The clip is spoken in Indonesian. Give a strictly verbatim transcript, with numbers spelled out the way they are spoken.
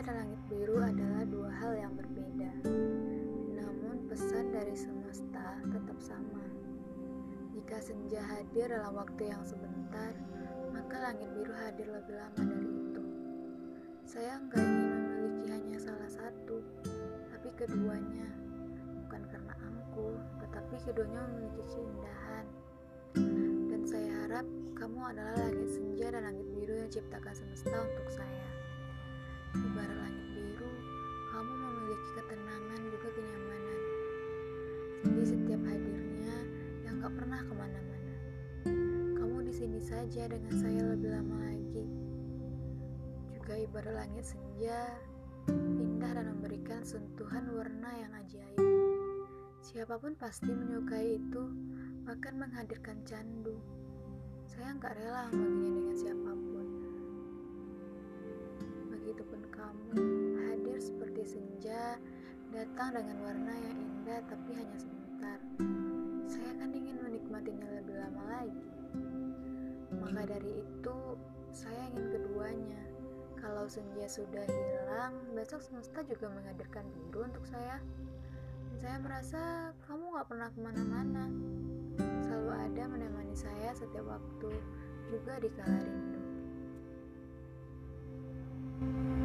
Senja dan langit biru adalah dua hal yang berbeda. Namun pesan dari semesta tetap sama. Jika senja hadir dalam waktu yang sebentar, maka langit biru hadir lebih lama dari itu. Saya nggak ingin memiliki hanya salah satu, tapi keduanya. Bukan karena angkuh, tetapi keduanya memiliki keindahan. Dan saya harap kamu adalah langit senja dan langit biru yang ciptakan semesta untuk saya. Ibarat langit biru, kamu memiliki ketenangan juga kenyamanan. Di setiap hadirnya yang gak pernah kemana-mana. Kamu di sini saja dengan saya lebih lama lagi. Juga ibarat langit senja, indah dan memberikan sentuhan warna yang ajaib. Siapapun pasti menyukai itu, bahkan menghadirkan candu. Saya gak rela membaginya dengan siapapun. Begitupun kamu, hadir seperti senja, datang dengan warna yang indah tapi hanya sebentar. Saya kan ingin menikmatinya lebih lama lagi. Maka dari itu, saya ingin keduanya. Kalau senja sudah hilang, besok semesta juga menghadirkan biru untuk saya. Dan saya merasa kamu gak pernah kemana-mana. Selalu ada menemani saya setiap waktu, juga di kala rindu.